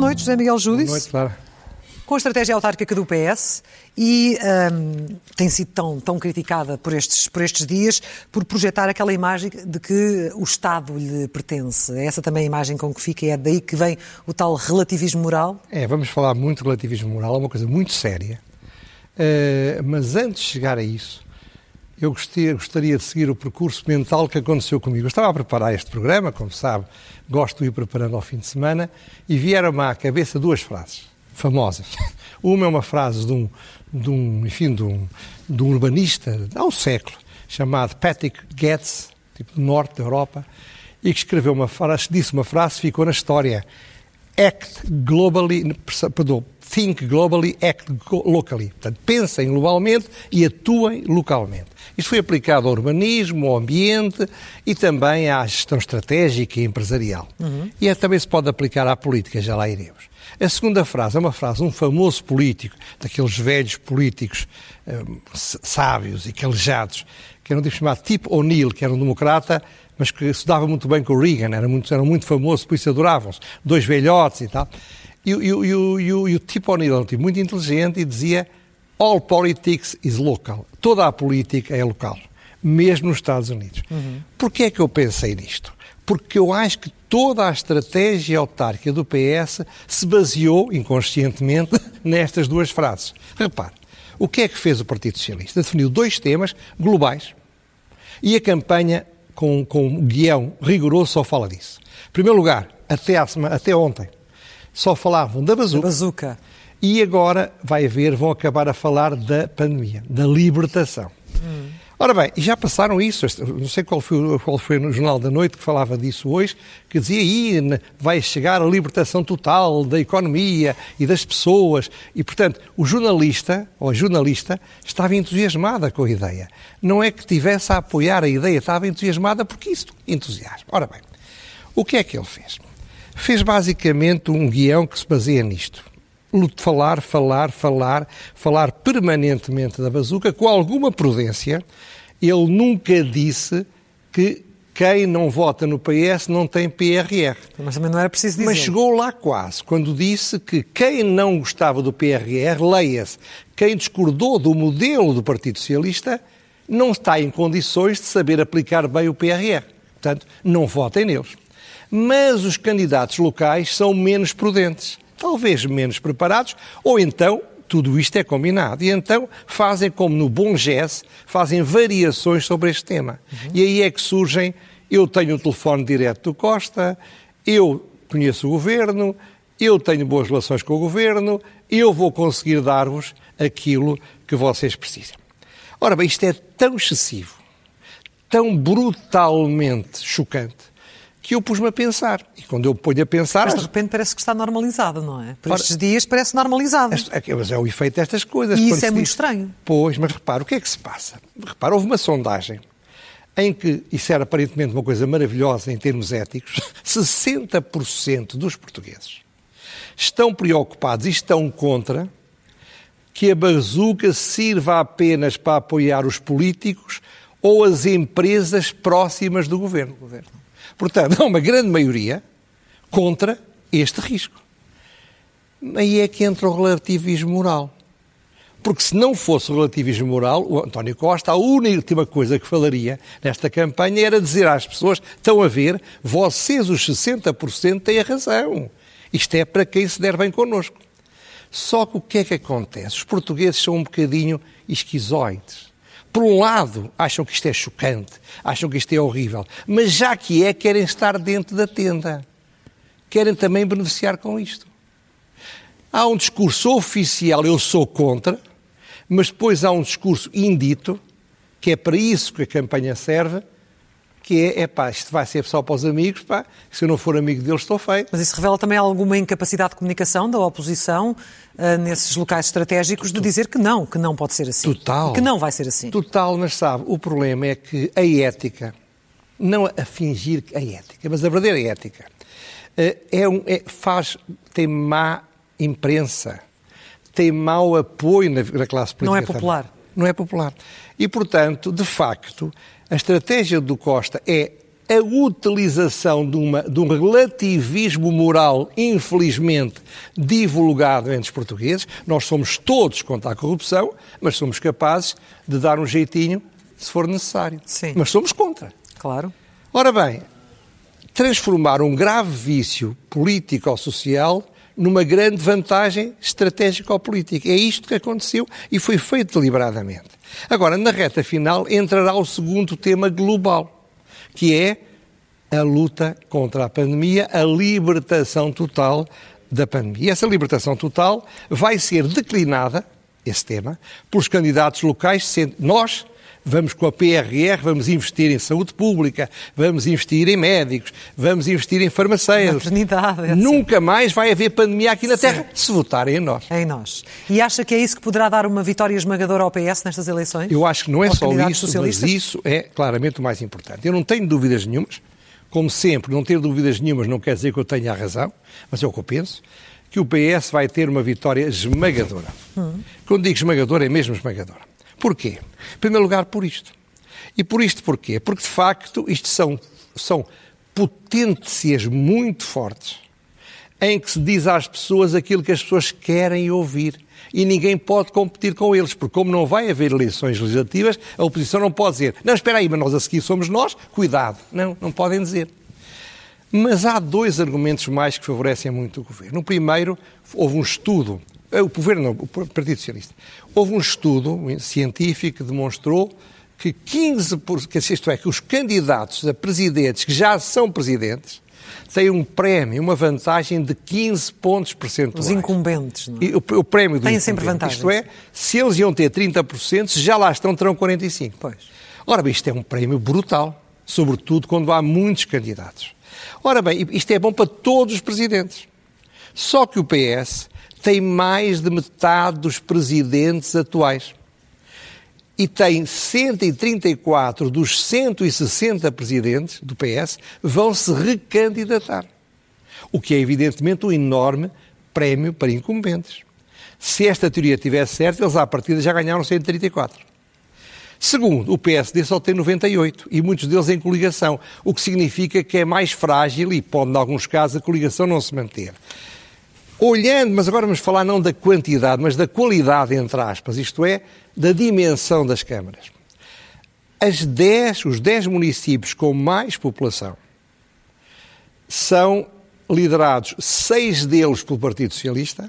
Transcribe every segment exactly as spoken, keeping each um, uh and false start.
noite, José Miguel Júdice. Boa noite, Clara. Com a estratégia autárquica do P S e um, tem sido tão, tão criticada por estes, por estes dias por projetar aquela imagem de que o Estado lhe pertence. É essa também a imagem com que fica e é daí que vem o tal relativismo moral? É, vamos falar muito de relativismo moral, é uma coisa muito séria. Uh, mas antes de chegar a isso, eu gostaria, gostaria de seguir o percurso mental que aconteceu comigo. Eu estava a preparar este programa, como sabe, gosto de ir preparando ao fim de semana, e vieram-me à cabeça duas frases famosas. Uma é uma frase de um, de um, enfim, de um, de um urbanista há um século, chamado Patrick Getz, tipo do norte da Europa, e que escreveu uma frase, disse uma frase, ficou na história: Act globally, perdão, think globally, act locally. Portanto, pensem globalmente e atuem localmente. Isto foi aplicado ao urbanismo, ao ambiente e também à gestão estratégica e empresarial. Uhum. E é, também se pode aplicar à política, já lá iremos. A segunda frase é uma frase de um famoso político, daqueles velhos políticos um, sábios e calejados, que era um tipo chamado Tip O'Neill, que era um democrata, mas que se dava muito bem com o Reagan, era muito, era muito famoso, por isso adoravam-se, dois velhotes e tal. E, e, e, e, e, e o Tip O'Neill era um tipo muito inteligente e dizia: all politics is local. Toda a política é local, mesmo nos Estados Unidos. Uhum. Porquê é que eu pensei nisto? Porque eu acho que toda a estratégia autárquica do P S se baseou, inconscientemente, nestas duas frases. Repare, o que é que fez o Partido Socialista? Definiu dois temas globais e a campanha, com, com um guião rigoroso, só fala disso. Em primeiro lugar, até, à semana, até ontem, só falavam da bazuca. Da bazuca. E agora, vai haver, vão acabar a falar da pandemia, da libertação. Hum. Ora bem, e já passaram isso, não sei qual foi, qual foi no Jornal da Noite que falava disso hoje, que dizia aí vai chegar a libertação total da economia e das pessoas. E, portanto, o jornalista, ou a jornalista, estava entusiasmada com a ideia. Não é que estivesse a apoiar a ideia, estava entusiasmada porque isso entusiasma. Ora bem, o que é que ele fez? Fez basicamente um guião que se baseia nisto. Falar, falar, falar, falar permanentemente da bazuca, com alguma prudência. Ele nunca disse que quem não vota no P S não tem P R R. Mas também não era preciso dizer. Mas chegou lá quase, quando disse que quem não gostava do P R R, leia-se, quem discordou do modelo do Partido Socialista, não está em condições de saber aplicar bem o P R R. Portanto, não votem neles. Mas os candidatos locais são menos prudentes. Talvez menos preparados, ou então tudo isto é combinado. E então fazem como no bom jazz, fazem variações sobre este tema. Uhum. E aí é que surgem: eu tenho o telefone direto do Costa, eu conheço o Governo, eu tenho boas relações com o Governo, eu vou conseguir dar-vos aquilo que vocês precisam. Ora bem, isto é tão excessivo, tão brutalmente chocante, que eu pus-me a pensar. E quando eu ponho a pensar... Mas de repente parece que está normalizado, não é? Por estes dias parece normalizado. Mas é o efeito destas coisas. E isso é muito estranho. Pois, mas repara, o que é que se passa? Repara, houve uma sondagem em que, isso era aparentemente uma coisa maravilhosa em termos éticos, sessenta por cento dos portugueses estão preocupados e estão contra que a bazuca sirva apenas para apoiar os políticos ou as empresas próximas do governo. Portanto, há uma grande maioria contra este risco. Aí é que entra o relativismo moral. Porque se não fosse o relativismo moral, o António Costa, a última coisa que falaria nesta campanha era dizer às pessoas: estão a ver, vocês os sessenta por cento têm a razão. Isto é para quem se der bem connosco. Só que o que é que acontece? Os portugueses são um bocadinho esquizoides. Por um lado, acham que isto é chocante, acham que isto é horrível, mas já que é, querem estar dentro da tenda. Querem também beneficiar com isto. Há um discurso oficial, eu sou contra, mas depois há um discurso indito, que é para isso que a campanha serve, que é, é pá, isto vai ser só para os amigos, pá, se eu não for amigo deles estou feio. Mas isso revela também alguma incapacidade de comunicação da oposição uh, nesses locais estratégicos de dizer que não, que não pode ser assim. Total. Que não vai ser assim. Total, mas sabe, o problema é que a ética, não a fingir a ética, mas a verdadeira ética, uh, é um, é, faz, tem má imprensa, tem mau apoio na, na classe política. Não é popular. Também. Não é popular. E, portanto, de facto, a estratégia do Costa é a utilização de, uma, de um relativismo moral, infelizmente, divulgado entre os portugueses. Nós somos todos contra a corrupção, mas somos capazes de dar um jeitinho se for necessário. Sim. Mas somos contra. Claro. Ora bem, transformar um grave vício político ou social numa grande vantagem estratégica ou política. É isto que aconteceu e foi feito deliberadamente. Agora, na reta final, entrará o segundo tema global, que é a luta contra a pandemia, a libertação total da pandemia. E essa libertação total vai ser declinada, esse tema, pelos candidatos locais, sendo nós... Vamos com a P R R, vamos investir em saúde pública, vamos investir em médicos, vamos investir em farmacêuticos. Maternidade. Nunca mais vai haver pandemia aqui na Terra, se votarem em nós. Em nós. E acha que é isso que poderá dar uma vitória esmagadora ao P S nestas eleições? Eu acho que não é Aos só isso, socialistas? mas isso é claramente o mais importante. Eu não tenho dúvidas nenhumas, como sempre, não ter dúvidas nenhumas não quer dizer que eu tenha a razão, mas é o que eu penso, que o P S vai ter uma vitória esmagadora. Hum. Quando digo esmagadora, é mesmo esmagadora. Porquê? Em primeiro lugar, por isto. E por isto porquê? Porque, de facto, isto são, são potências muito fortes em que se diz às pessoas aquilo que as pessoas querem ouvir. E ninguém pode competir com eles, porque como não vai haver eleições legislativas, a oposição não pode dizer não, espera aí, mas nós a seguir somos nós, cuidado. Não, não podem dizer. Mas há dois argumentos mais que favorecem muito o governo. No primeiro, houve um estudo, o governo não, o Partido Socialista, houve um estudo científico que demonstrou que quinze por cento, isto é, que os candidatos a presidentes que já são presidentes têm um prémio, uma vantagem de quinze pontos percentuais. Os incumbentes, não é? E o, o prémio do têm sempre vantagens. Isto é, se eles iam ter trinta por cento, se já lá estão, terão quarenta e cinco por cento. Pois. Ora bem, isto é um prémio brutal, sobretudo quando há muitos candidatos. Ora bem, isto é bom para todos os presidentes. Só que o P S tem mais de metade dos presidentes atuais. E tem cento e trinta e quatro dos cento e sessenta presidentes do P S vão se recandidatar. O que é, evidentemente, um enorme prémio para incumbentes. Se esta teoria tivesse certo, eles à partida já ganharam cento e trinta e quatro. Segundo, o P S D só tem noventa e oito, e muitos deles em coligação, o que significa que é mais frágil e pode, em alguns casos, a coligação não se manter. Olhando, mas agora vamos falar não da quantidade, mas da qualidade, entre aspas, isto é, da dimensão das câmaras. As dez, os dez municípios com mais população são liderados, seis deles pelo Partido Socialista,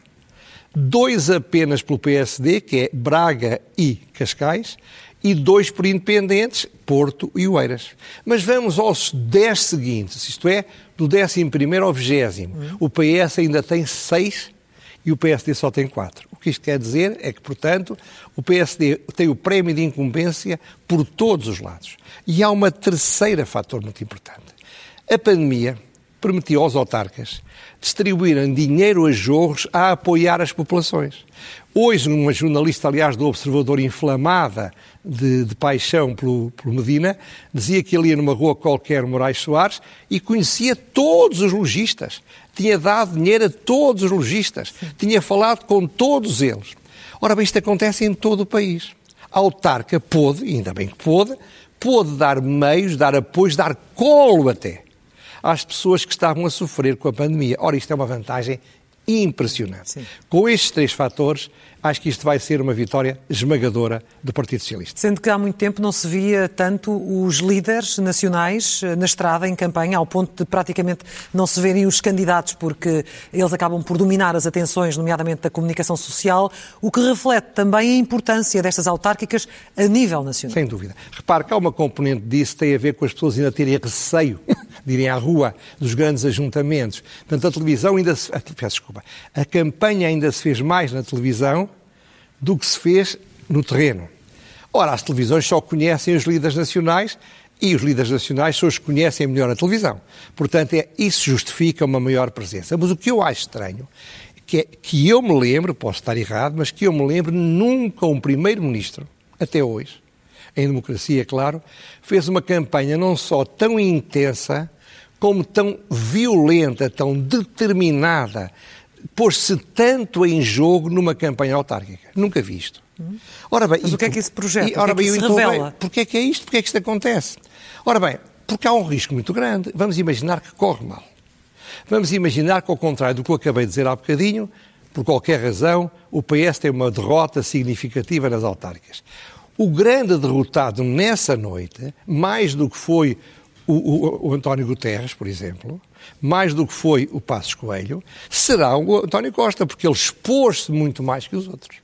dois apenas pelo P S D, que é Braga e Cascais, e dois por independentes, Porto e Oeiras. Mas vamos aos dez seguintes, isto é, do décimo primeiro ao vigésimo. Uhum. O P S ainda tem seis e o P S D só tem quatro. O que isto quer dizer é que, portanto, o P S D tem o prémio de incumbência por todos os lados. E há uma terceira fator muito importante. A pandemia permitiu aos autarcas distribuírem dinheiro a jorros a apoiar as populações. Hoje, uma jornalista, aliás, do Observador, inflamada de, de paixão pelo, pelo Medina, dizia que ele ia numa rua qualquer, Moraes Soares, e conhecia todos os lojistas. Tinha dado dinheiro a todos os lojistas. Tinha falado com todos eles. Ora bem, isto acontece em todo o país. A autarca pôde, e ainda bem que pôde, pôde dar meios, dar apoios, dar colo até às pessoas que estavam a sofrer com a pandemia. Ora, isto é uma vantagem impressionante. Sim. Com estes três fatores, acho que isto vai ser uma vitória esmagadora do Partido Socialista. Sendo que há muito tempo não se via tanto os líderes nacionais na estrada, em campanha, ao ponto de praticamente não se verem os candidatos, porque eles acabam por dominar as atenções, nomeadamente da comunicação social, o que reflete também a importância destas autárquicas a nível nacional. Sem dúvida. Repare que há uma componente disso que tem a ver com as pessoas ainda terem receio de irem à rua dos grandes ajuntamentos. Portanto, a televisão ainda se... Peço desculpa. A campanha ainda se fez mais na televisão do que se fez no terreno. Ora, as televisões só conhecem os líderes nacionais e os líderes nacionais só os conhecem melhor a televisão. Portanto, é, isso justifica uma maior presença. Mas o que eu acho estranho, que é que eu me lembro, posso estar errado, mas que eu me lembro, nunca um primeiro-ministro, até hoje, em democracia, claro, fez uma campanha não só tão intensa, como tão violenta, tão determinada, pôs-se tanto em jogo numa campanha autárquica. Nunca vi isto. Ora bem, mas o que é que isso projeta? E, ora o que é que bem, isso então, revela? Porquê é que é isto? Porquê é que isto acontece? Ora bem, Porque há um risco muito grande. Vamos imaginar que corre mal. Vamos imaginar que, ao contrário do que eu acabei de dizer há bocadinho, por qualquer razão, o P S tem uma derrota significativa nas autárquicas. O grande derrotado nessa noite, mais do que foi o, o, o António Guterres, por exemplo, mais do que foi o Passos Coelho, será o António Costa, porque ele expôs-se muito mais que os outros.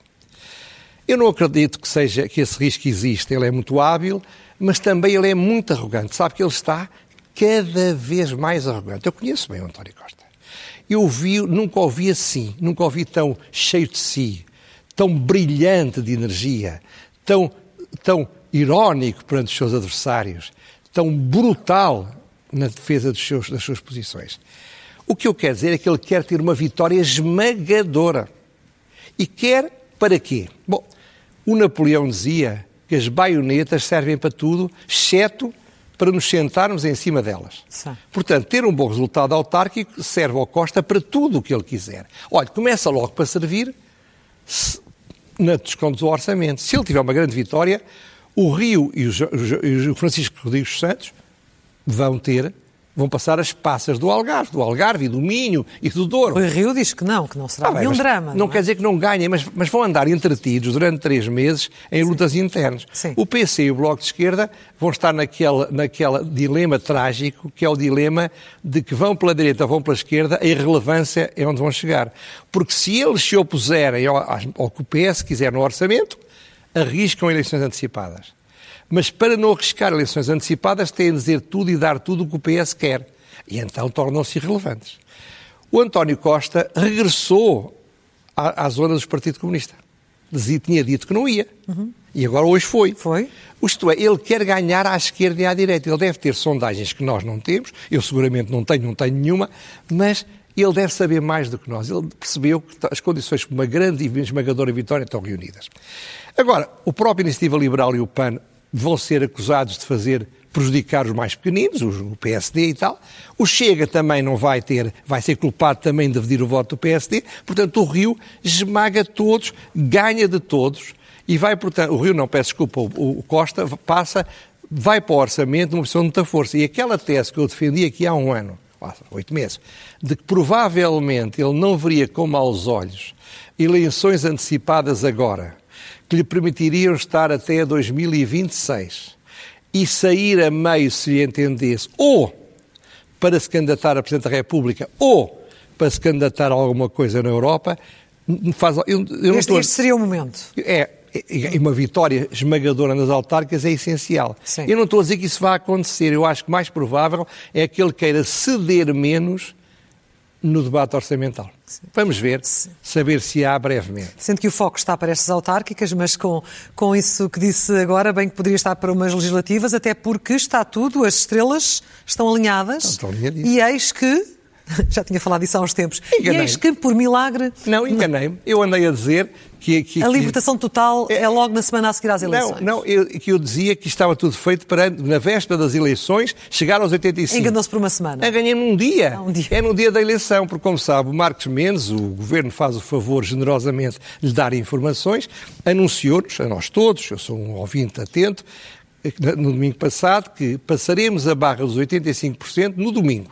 Eu não acredito que, seja, que esse risco existe. Ele é muito hábil, mas também ele é muito arrogante. Sabe que ele está cada vez mais arrogante. Eu conheço bem o António Costa. Eu vi, nunca o vi assim, nunca o vi tão cheio de si, tão brilhante de energia, tão, tão irónico perante os seus adversários, tão brutal na defesa dos seus, das suas posições. O que eu quero dizer é que ele quer ter uma vitória esmagadora. E quer para quê? Bom, o Napoleão dizia que as baionetas servem para tudo, exceto para nos sentarmos em cima delas. Sim. Portanto, ter um bom resultado autárquico serve ao Costa para tudo o que ele quiser. Olha, começa logo para servir se, na desconto do orçamento. Se ele tiver uma grande vitória, o Rio e o, e o Francisco Rodrigues Santos vão ter, vão passar as passas do Algarve, do Algarve e do Minho e do Douro. O Rio diz que não, que não será ah, bem, nenhum drama. Não, não é? Quer dizer que não ganhem, mas, mas vão andar entretidos durante três meses em Sim. lutas internas. Sim. O P C e o Bloco de Esquerda vão estar naquele, naquele dilema trágico, que é o dilema de que vão pela direita ou vão pela esquerda, a irrelevância é onde vão chegar. Porque se eles se opuserem ao, ao que o P S quiser no orçamento, arriscam eleições antecipadas. Mas para não arriscar eleições antecipadas, têm de dizer tudo e dar tudo o que o P S quer. E então tornam-se irrelevantes. O António Costa regressou à, à zona dos Partido Comunista. Dizia, tinha dito que não ia. Uhum. E agora hoje foi. Foi? Isto é, ele quer ganhar à esquerda e à direita. Ele deve ter sondagens que nós não temos. Eu seguramente não tenho, não tenho nenhuma. Mas ele deve saber mais do que nós. Ele percebeu que as condições para uma grande e esmagadora vitória estão reunidas. Agora, o próprio Iniciativa Liberal e o P A N vão ser acusados de fazer prejudicar os mais pequeninos, o P S D e tal. O Chega também não vai ter, vai ser culpado também de dividir o voto do P S D. Portanto, o Rio esmaga todos, ganha de todos e vai, portanto, o Rio não, peço desculpa, o Costa passa, vai para o orçamento numa posição de muita força. E aquela tese que eu defendi aqui há um ano, oito meses, de que provavelmente ele não veria com maus olhos eleições antecipadas agora, que lhe permitiriam estar até dois mil e vinte e seis e sair a meio se lhe entendesse, ou para se candidatar a Presidente da República, ou para se candidatar a alguma coisa na Europa, faz, eu, eu este, não estou, este seria o momento. É, é, uma vitória esmagadora nas autárquicas é essencial. Sim. Eu não estou a dizer que isso vai acontecer, eu acho que mais provável é que ele queira ceder menos no debate orçamental. Sim. Vamos ver, Sim. saber se há brevemente. Sendo que o foco está para estas autárquicas, mas com, com isso que disse agora, bem que poderia estar para umas legislativas, até porque está tudo, as estrelas estão alinhadas. Estão alinhadas. E eis que, já tinha falado disso há uns tempos, enganei-me. E eis que, por milagre... Não, enganei-me. Eu andei a dizer que... que a libertação que... total é... é logo na semana a seguir às eleições. Não, não eu, que eu dizia que estava tudo feito para, na véspera das eleições, chegar aos oitenta e cinco. Enganou-se por uma semana. Ganhei num dia. Não, um dia. É no dia da eleição, porque, como sabe, o Marcos Mendes, o Governo faz o favor generosamente de lhe dar informações, anunciou-nos, a nós todos, eu sou um ouvinte atento, no domingo passado, que passaremos a barra dos oitenta e cinco por cento no domingo.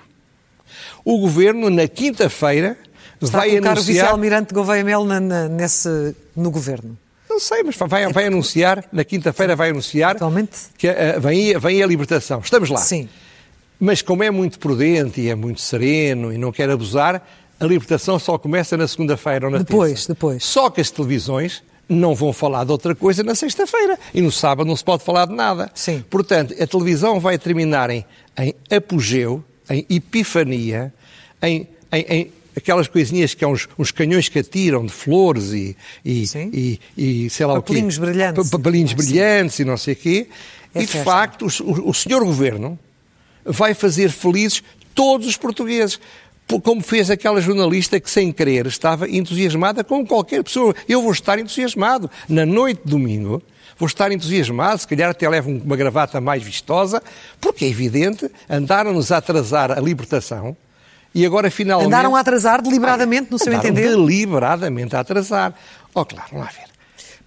O Governo, na quinta-feira, Está vai a colocar anunciar... o vice-almirante Gouveia Melo na, na, nesse, no Governo. Não sei, mas vai, vai anunciar, na quinta-feira vai anunciar Atualmente? que uh, vem, vem a libertação. Estamos lá. Sim. Mas como é muito prudente e é muito sereno e não quer abusar, a libertação só começa na segunda-feira ou na depois, terça. Depois, Só que as televisões não vão falar de outra coisa na sexta-feira. E no sábado não se pode falar de nada. Sim. Portanto, a televisão vai terminar em, em apogeu, em epifania, em, em, em aquelas coisinhas que há uns, uns canhões que atiram de flores e, e, e, e sei lá papelinhos o quê. Brilhantes. Papelinhos brilhantes e não sei o quê. É e, de festa. facto, o, o senhor Governo vai fazer felizes todos os portugueses. Como fez aquela jornalista que, sem querer, estava entusiasmada como qualquer pessoa. Eu vou estar entusiasmado. Na noite de domingo, vou estar entusiasmado, se calhar até levo uma gravata mais vistosa, porque é evidente, andaram-nos a atrasar a libertação e agora finalmente... Andaram a atrasar deliberadamente, no seu entender? deliberadamente a atrasar. Oh, claro, vamos lá ver.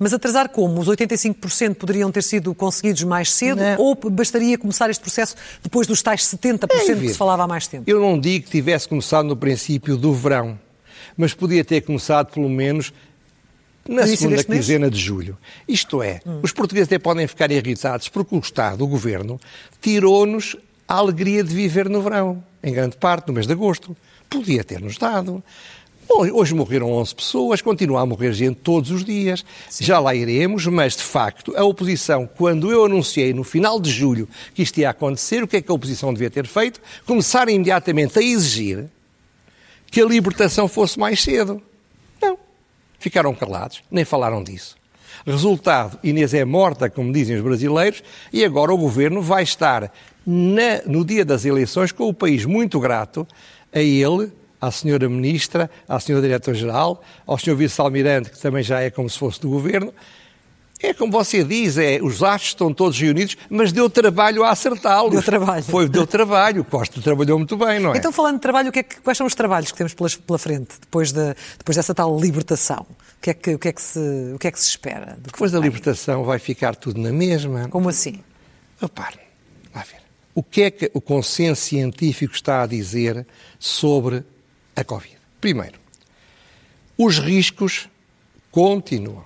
Mas atrasar como? Os oitenta e cinco por cento poderiam ter sido conseguidos mais cedo Não. ou bastaria começar este processo depois dos tais setenta por cento é que se falava há mais tempo? Eu não digo que tivesse começado no princípio do verão, mas podia ter começado pelo menos na segunda quinzena de julho. Isto é, hum. os portugueses até podem ficar irritados porque o Estado, o Governo, tirou-nos a alegria de viver no verão, em grande parte, no mês de agosto. Podia ter-nos dado. Hoje morreram onze pessoas, continua a morrer gente todos os dias. Sim. Já lá iremos, mas, de facto, a oposição, quando eu anunciei no final de julho que isto ia acontecer, o que é que a oposição devia ter feito? Começar imediatamente a exigir que a libertação fosse mais cedo. Não. Ficaram calados, nem falaram disso. Resultado, Inês é morta, como dizem os brasileiros, e agora o Governo vai estar na, no dia das eleições com o país muito grato a ele, à senhora Ministra, à senhora Diretora-Geral, ao senhor Vice-Almirante, que também já é como se fosse do Governo. É como você diz, é, os astros estão todos reunidos, mas deu trabalho a acertá-los. Deu trabalho. Foi, deu trabalho. Costa trabalhou muito bem, não é? Então, falando de trabalho, o que é que, quais são os trabalhos que temos pela, pela frente, depois, de, depois dessa tal libertação? O que é que, o que, é que, se, o que, é que se espera? Depois da libertação vai ficar tudo na mesma. Como assim? Repare, lá ver. O que é que o consenso científico está a dizer sobre a Covid? Primeiro, os riscos continuam.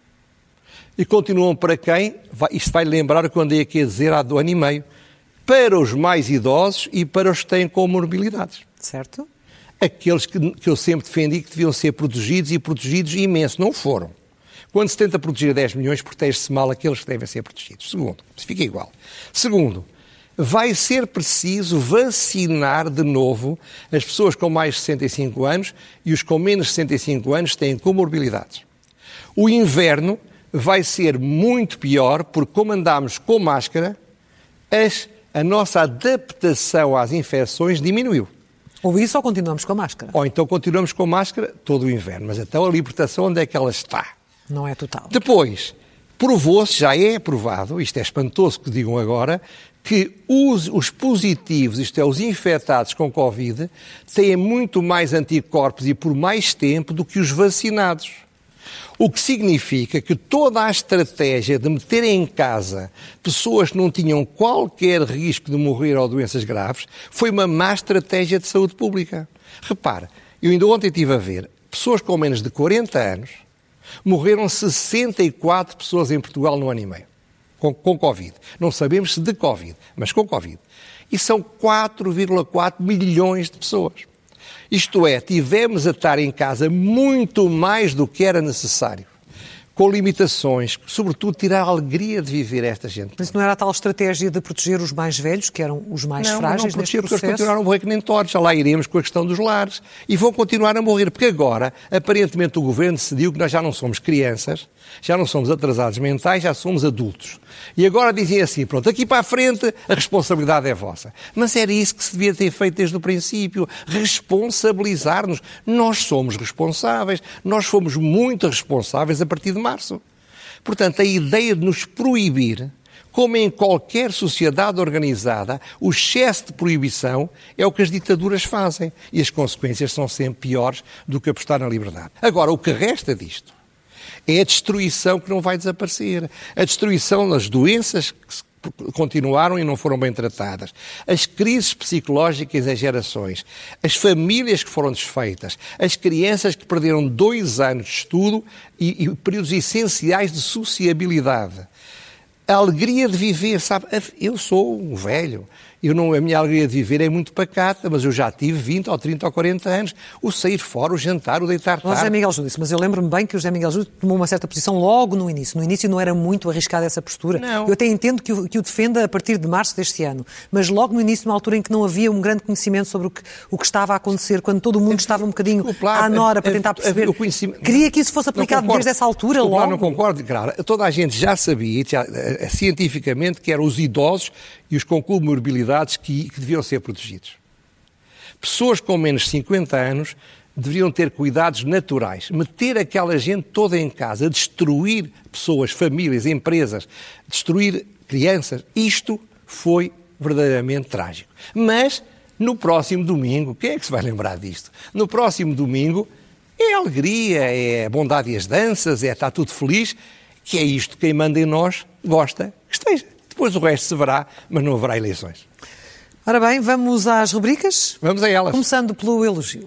E continuam para quem? Isto vai lembrar o que eu andei aqui a dizer há um ano e meio. Para os mais idosos e para os que têm comorbilidades. Certo. Aqueles que, que eu sempre defendi que deviam ser protegidos e protegidos imenso. Não foram. Quando se tenta proteger dez milhões, protege-se mal aqueles que devem ser protegidos. Segundo, se fica igual. Segundo, vai ser preciso vacinar de novo as pessoas com mais de sessenta e cinco anos e os com menos de sessenta e cinco anos têm comorbilidades. O inverno vai ser muito pior porque, como andámos com máscara, as, a nossa adaptação às infecções diminuiu. Ou isso ou continuamos com a máscara? Ou então continuamos com máscara todo o inverno. Mas então a libertação, onde é que ela está? Não é total. Depois, provou-se, já é provado, isto é espantoso que digam agora, que os, os positivos, isto é, os infectados com Covid, têm muito mais anticorpos e por mais tempo do que os vacinados. O que significa que toda a estratégia de meter em casa pessoas que não tinham qualquer risco de morrer ou doenças graves foi uma má estratégia de saúde pública. Repare, eu ainda ontem estive a ver, pessoas com menos de quarenta anos, morreram sessenta e quatro pessoas em Portugal no ano e meio, com, com Covid. Não sabemos se de Covid, mas com Covid. E são quatro vírgula quatro milhões de pessoas. Isto é, tivemos a estar em casa muito mais do que era necessário, com limitações, sobretudo tirar a alegria de viver esta gente. Mas não era a tal estratégia de proteger os mais velhos, que eram os mais não, frágeis não neste processo? Porque eles continuaram a morrer que nem torres, já lá iremos com a questão dos lares. E vão continuar a morrer, porque agora, aparentemente, o Governo decidiu que nós já não somos crianças, já não somos atrasados mentais, já somos adultos. E agora dizem assim, pronto, aqui para a frente a responsabilidade é vossa. Mas era isso que se devia ter feito desde o princípio, responsabilizar-nos. Nós somos responsáveis, nós fomos muito responsáveis a partir de março. Portanto, a ideia de nos proibir, como em qualquer sociedade organizada, o excesso de proibição é o que as ditaduras fazem. E as consequências são sempre piores do que apostar na liberdade. Agora, o que resta disto é a destruição que não vai desaparecer. A destruição das doenças que continuaram e não foram bem tratadas. As crises psicológicas em gerações. As famílias que foram desfeitas. As crianças que perderam dois anos de estudo e, e períodos essenciais de sociabilidade. A alegria de viver, sabe? Eu sou um velho. Eu não, a minha alegria de viver é muito pacata, mas eu já tive vinte ou trinta ou quarenta anos. O sair fora, o jantar, o deitar tarde. O José Miguel Júdice, mas eu lembro-me bem que o José Miguel Júdice tomou uma certa posição logo no início. No início não era muito arriscada essa postura. Não. Eu até entendo que o, que o defenda a partir de março deste ano, mas logo no início, numa altura em que não havia um grande conhecimento sobre o que, o que estava a acontecer, quando todo o mundo estava um bocadinho à nora para tentar perceber. O conhecimento... Queria que isso fosse aplicado desde essa altura Desculpa, logo. Não concordo, claro. Toda a gente já sabia, já, cientificamente, que eram os idosos e os com comorbilidades que, que deviam ser protegidos. Pessoas com menos de cinquenta anos deveriam ter cuidados naturais. Meter aquela gente toda em casa, destruir pessoas, famílias, empresas, destruir crianças, isto foi verdadeiramente trágico. Mas, no próximo domingo, quem é que se vai lembrar disto? No próximo domingo é a alegria, é a bondade e as danças, é estar tudo feliz. que é isto, quem manda em nós gosta que esteja. Depois o resto se verá, mas não haverá eleições. Ora bem, vamos às rubricas? Vamos a elas. Começando pelo elogio.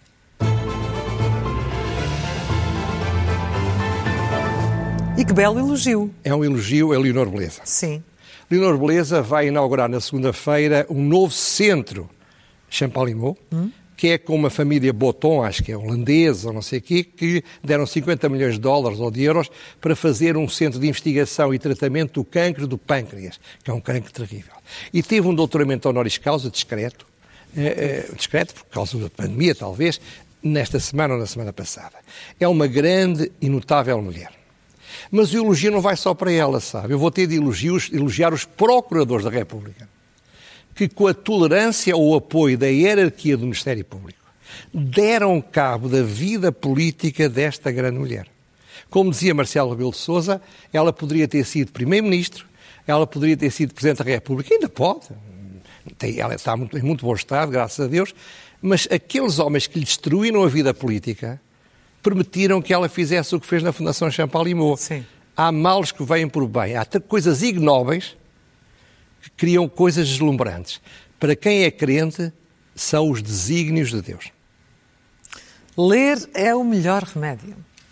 E que belo elogio. É um elogio a Leonor Beleza. Sim. Leonor Beleza vai inaugurar na segunda-feira um novo centro Champalimau, hum? que é com uma família Boton, acho que é holandesa ou não sei o quê, que deram cinquenta milhões de dólares ou de euros para fazer um centro de investigação e tratamento do cancro do pâncreas, que é um cancro terrível. E teve um doutoramento honoris causa discreto, eh, eh, discreto por causa da pandemia talvez, nesta semana ou na semana passada. É uma grande e notável mulher. Mas o elogio não vai só para ela, sabe? Eu vou ter de elogios, elogiar os procuradores da República, que com a tolerância ou apoio da hierarquia do Ministério Público deram cabo da vida política desta grande mulher. Como dizia Marcelo Rebelo de Sousa, ela poderia ter sido Primeiro-Ministro, ela poderia ter sido Presidente da República, ainda pode, ela está em muito bom estado, graças a Deus, mas aqueles homens que lhe destruíram a vida política permitiram que ela fizesse o que fez na Fundação Champalimau. Sim. Há males que vêm por bem, há coisas ignóbeis que criam coisas deslumbrantes. Para quem é crente, são os desígnios de Deus. Ler é o melhor remédio.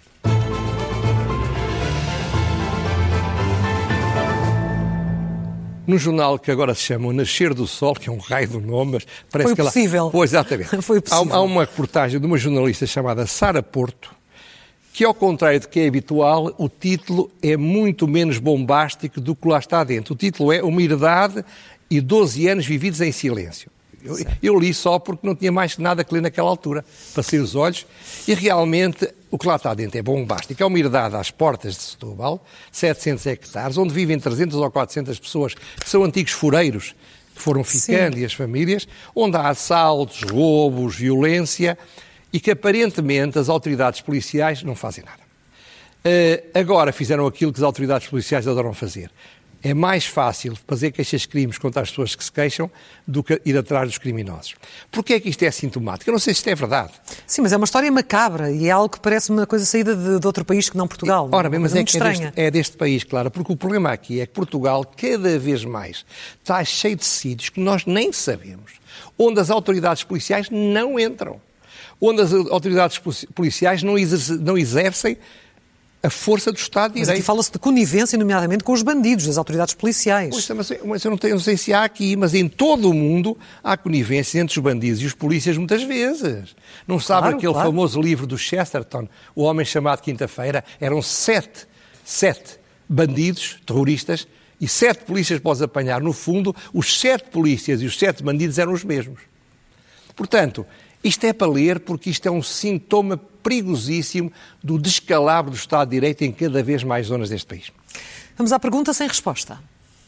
Num jornal que agora se chama O Nascer do Sol, que é um raio do nome, mas parece Foi que ela... possível. Pois, exatamente. Foi possível. Há, há uma reportagem de uma jornalista chamada Sara Porto, que, ao contrário do que é habitual, o título é muito menos bombástico do que lá está dentro. O título é Uma Herdade e doze anos vividos em silêncio. Eu, eu li só porque não tinha mais nada que ler naquela altura. Passei os olhos e realmente o que lá está dentro é bombástico. É uma herdade às portas de Setúbal, setecentos hectares, onde vivem trezentas ou quatrocentas pessoas, que são antigos foreiros, que foram ficando, Sim. e as famílias, onde há assaltos, roubos, violência, e que aparentemente as autoridades policiais não fazem nada. Uh, agora fizeram aquilo que as autoridades policiais adoram fazer. É mais fácil fazer queixas-crimes contra as pessoas que se queixam do que ir atrás dos criminosos. Porquê é que isto é sintomático? Eu não sei se isto é verdade. Sim, mas é uma história macabra e é algo que parece uma coisa saída de, de outro país que não Portugal. Ora bem, mas é, que é, deste, é deste país, claro, porque o problema aqui é que Portugal cada vez mais está cheio de sítios que nós nem sabemos, onde as autoridades policiais não entram, onde as autoridades policiais não exercem, não exercem a força do Estado de Direito. Mas aqui fala-se de conivência, nomeadamente com os bandidos, das autoridades policiais. Pois, mas, mas eu não, tenho, não sei se há aqui, mas em todo o mundo há conivência entre os bandidos e os polícias muitas vezes. Não sabe claro, aquele claro. famoso livro do Chesterton, O Homem Chamado Quinta-feira? Eram sete, sete bandidos, terroristas, e sete polícias para os apanhar. No fundo, os sete polícias e os sete bandidos eram os mesmos. Portanto, isto é para ler porque isto é um sintoma perigosíssimo do descalabro do Estado de Direito em cada vez mais zonas deste país. Vamos à pergunta sem resposta.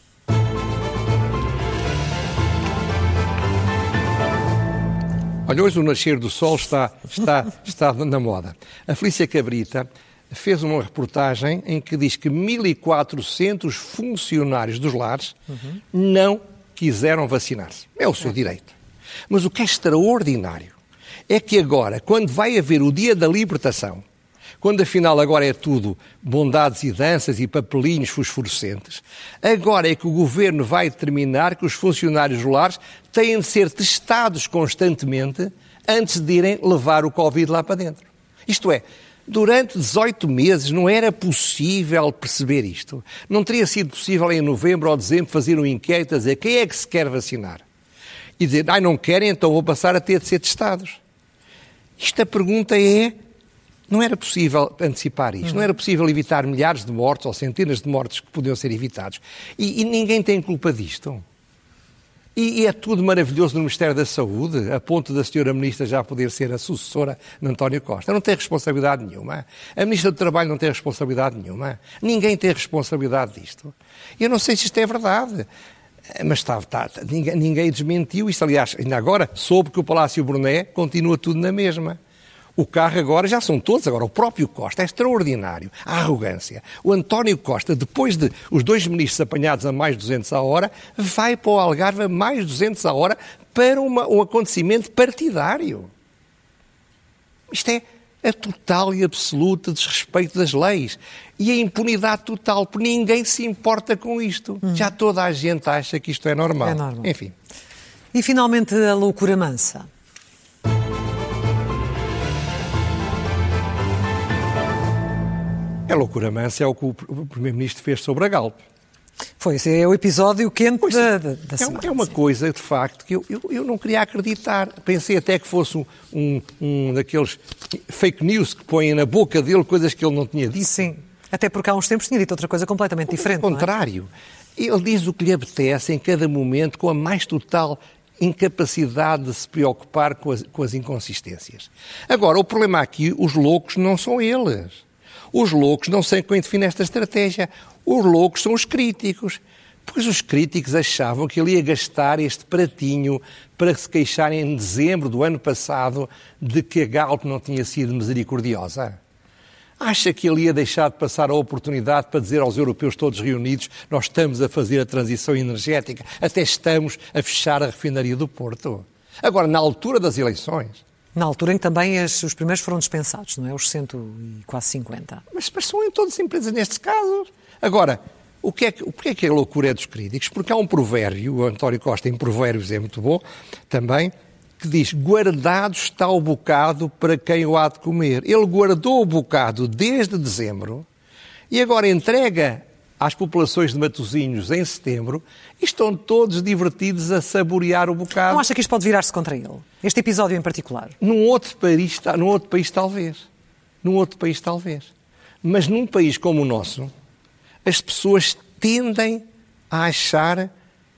Olha, hoje o Nascer do Sol está, está, está na moda. A Felícia Cabrita fez uma reportagem em que diz que mil e quatrocentos funcionários dos lares uhum. não quiseram vacinar-se. É o seu é. direito. Mas o que é extraordinário é que agora, quando vai haver o dia da libertação, quando afinal agora é tudo bondades e danças e papelinhos fosforescentes, agora é que o Governo vai determinar que os funcionários dos lares têm de ser testados constantemente antes de irem levar o Covid lá para dentro. Isto é, durante dezoito meses não era possível perceber isto. Não teria sido possível em novembro ou dezembro fazer um inquérito a dizer quem é que se quer vacinar. E dizer, ai, não querem, então vou passar a ter de ser testados. Esta pergunta é, não era possível antecipar isto, não era possível evitar milhares de mortes ou centenas de mortes que podiam ser evitados. E, e ninguém tem culpa disto. E, e é tudo maravilhoso no Ministério da Saúde, a ponto da senhora Ministra já poder ser a sucessora de António Costa. Não tem responsabilidade nenhuma. A Ministra do Trabalho não tem responsabilidade nenhuma. Ninguém tem responsabilidade disto. Eu não sei se isto é verdade. Mas está, está, ninguém, ninguém desmentiu isto. Aliás, ainda agora soube que o Palácio Bruné continua tudo na mesma. O carro agora, já são todos, agora o próprio Costa, é extraordinário. A arrogância. O António Costa, depois de os dois ministros apanhados a mais de duzentos a hora, vai para o Algarve a mais de duzentos a hora para uma, um acontecimento partidário. Isto é a total e absoluta desrespeito das leis e a impunidade total, porque ninguém se importa com isto. Hum. Já toda a gente acha que isto é normal. É normal. Enfim. E, finalmente, a loucura mansa. A loucura mansa é o que o Primeiro-Ministro fez sobre a Galp. Foi, esse é o episódio quente pois, da, da, da é, semana. É uma sim. coisa, de facto, que eu, eu, eu não queria acreditar. Pensei até que fosse um, um, um daqueles fake news que põem na boca dele coisas que ele não tinha dito. Sim, até porque há uns tempos tinha dito outra coisa completamente diferente. Ao contrário. Não é? Ele diz o que lhe apetece em cada momento, com a mais total incapacidade de se preocupar com as, com as inconsistências. Agora, o problema aqui, os loucos não são eles. Os loucos não sei quem define esta estratégia. Os loucos são os críticos. Pois os críticos achavam que ele ia gastar este pratinho para se queixarem em dezembro do ano passado de que a Galp não tinha sido misericordiosa. Acha que ele ia deixar de passar a oportunidade para dizer aos europeus todos reunidos: nós estamos a fazer a transição energética, até estamos a fechar a refinaria do Porto? Agora, na altura das eleições... Na altura em que também as, os primeiros foram dispensados, não é? Os cento e quase cinquenta. Mas, mas são em todas as empresas nestes casos. Agora, o que é que, porque é que a loucura é dos críticos? Porque há um provérbio, o António Costa em provérbios é muito bom também, que diz: guardado está o bocado para quem o há de comer. Ele guardou o bocado desde dezembro e agora entrega às populações de Matosinhos em setembro e estão todos divertidos a saborear o bocado. Não acha que isto pode virar-se contra ele? Este episódio em particular? Num outro país, num outro país talvez. Num outro país talvez. Mas num país como o nosso, as pessoas tendem a achar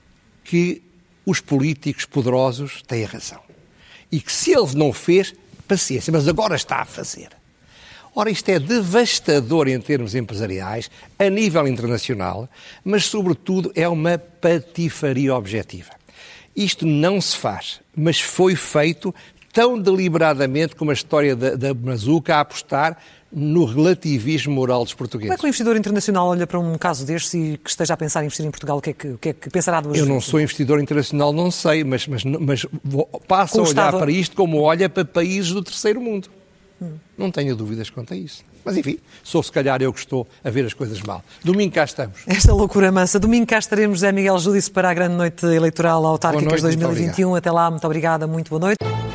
que os políticos poderosos têm razão. E que se ele não fez, paciência, mas agora está a fazer. Ora, isto é devastador em termos empresariais, a nível internacional, mas, sobretudo, é uma patifaria objetiva. Isto não se faz, mas foi feito tão deliberadamente como a história da, da Mazuca a apostar no relativismo moral dos portugueses. Como é que o investidor internacional olha para um caso destes e que esteja a pensar em investir em Portugal? O que é que, o que, é que pensará duas Eu vezes? não sou investidor internacional, não sei, mas, mas, mas passo a olhar Estado... para isto como olha para países do terceiro mundo. Hum. Não tenho dúvidas quanto a isso. Mas, enfim, sou se calhar eu que estou a ver as coisas mal. Domingo cá estamos. Esta loucura mansa. Domingo cá estaremos, José Miguel Júdice, para a grande noite eleitoral autárquica de dois mil e vinte e um. Até lá, muito obrigada, muito boa noite.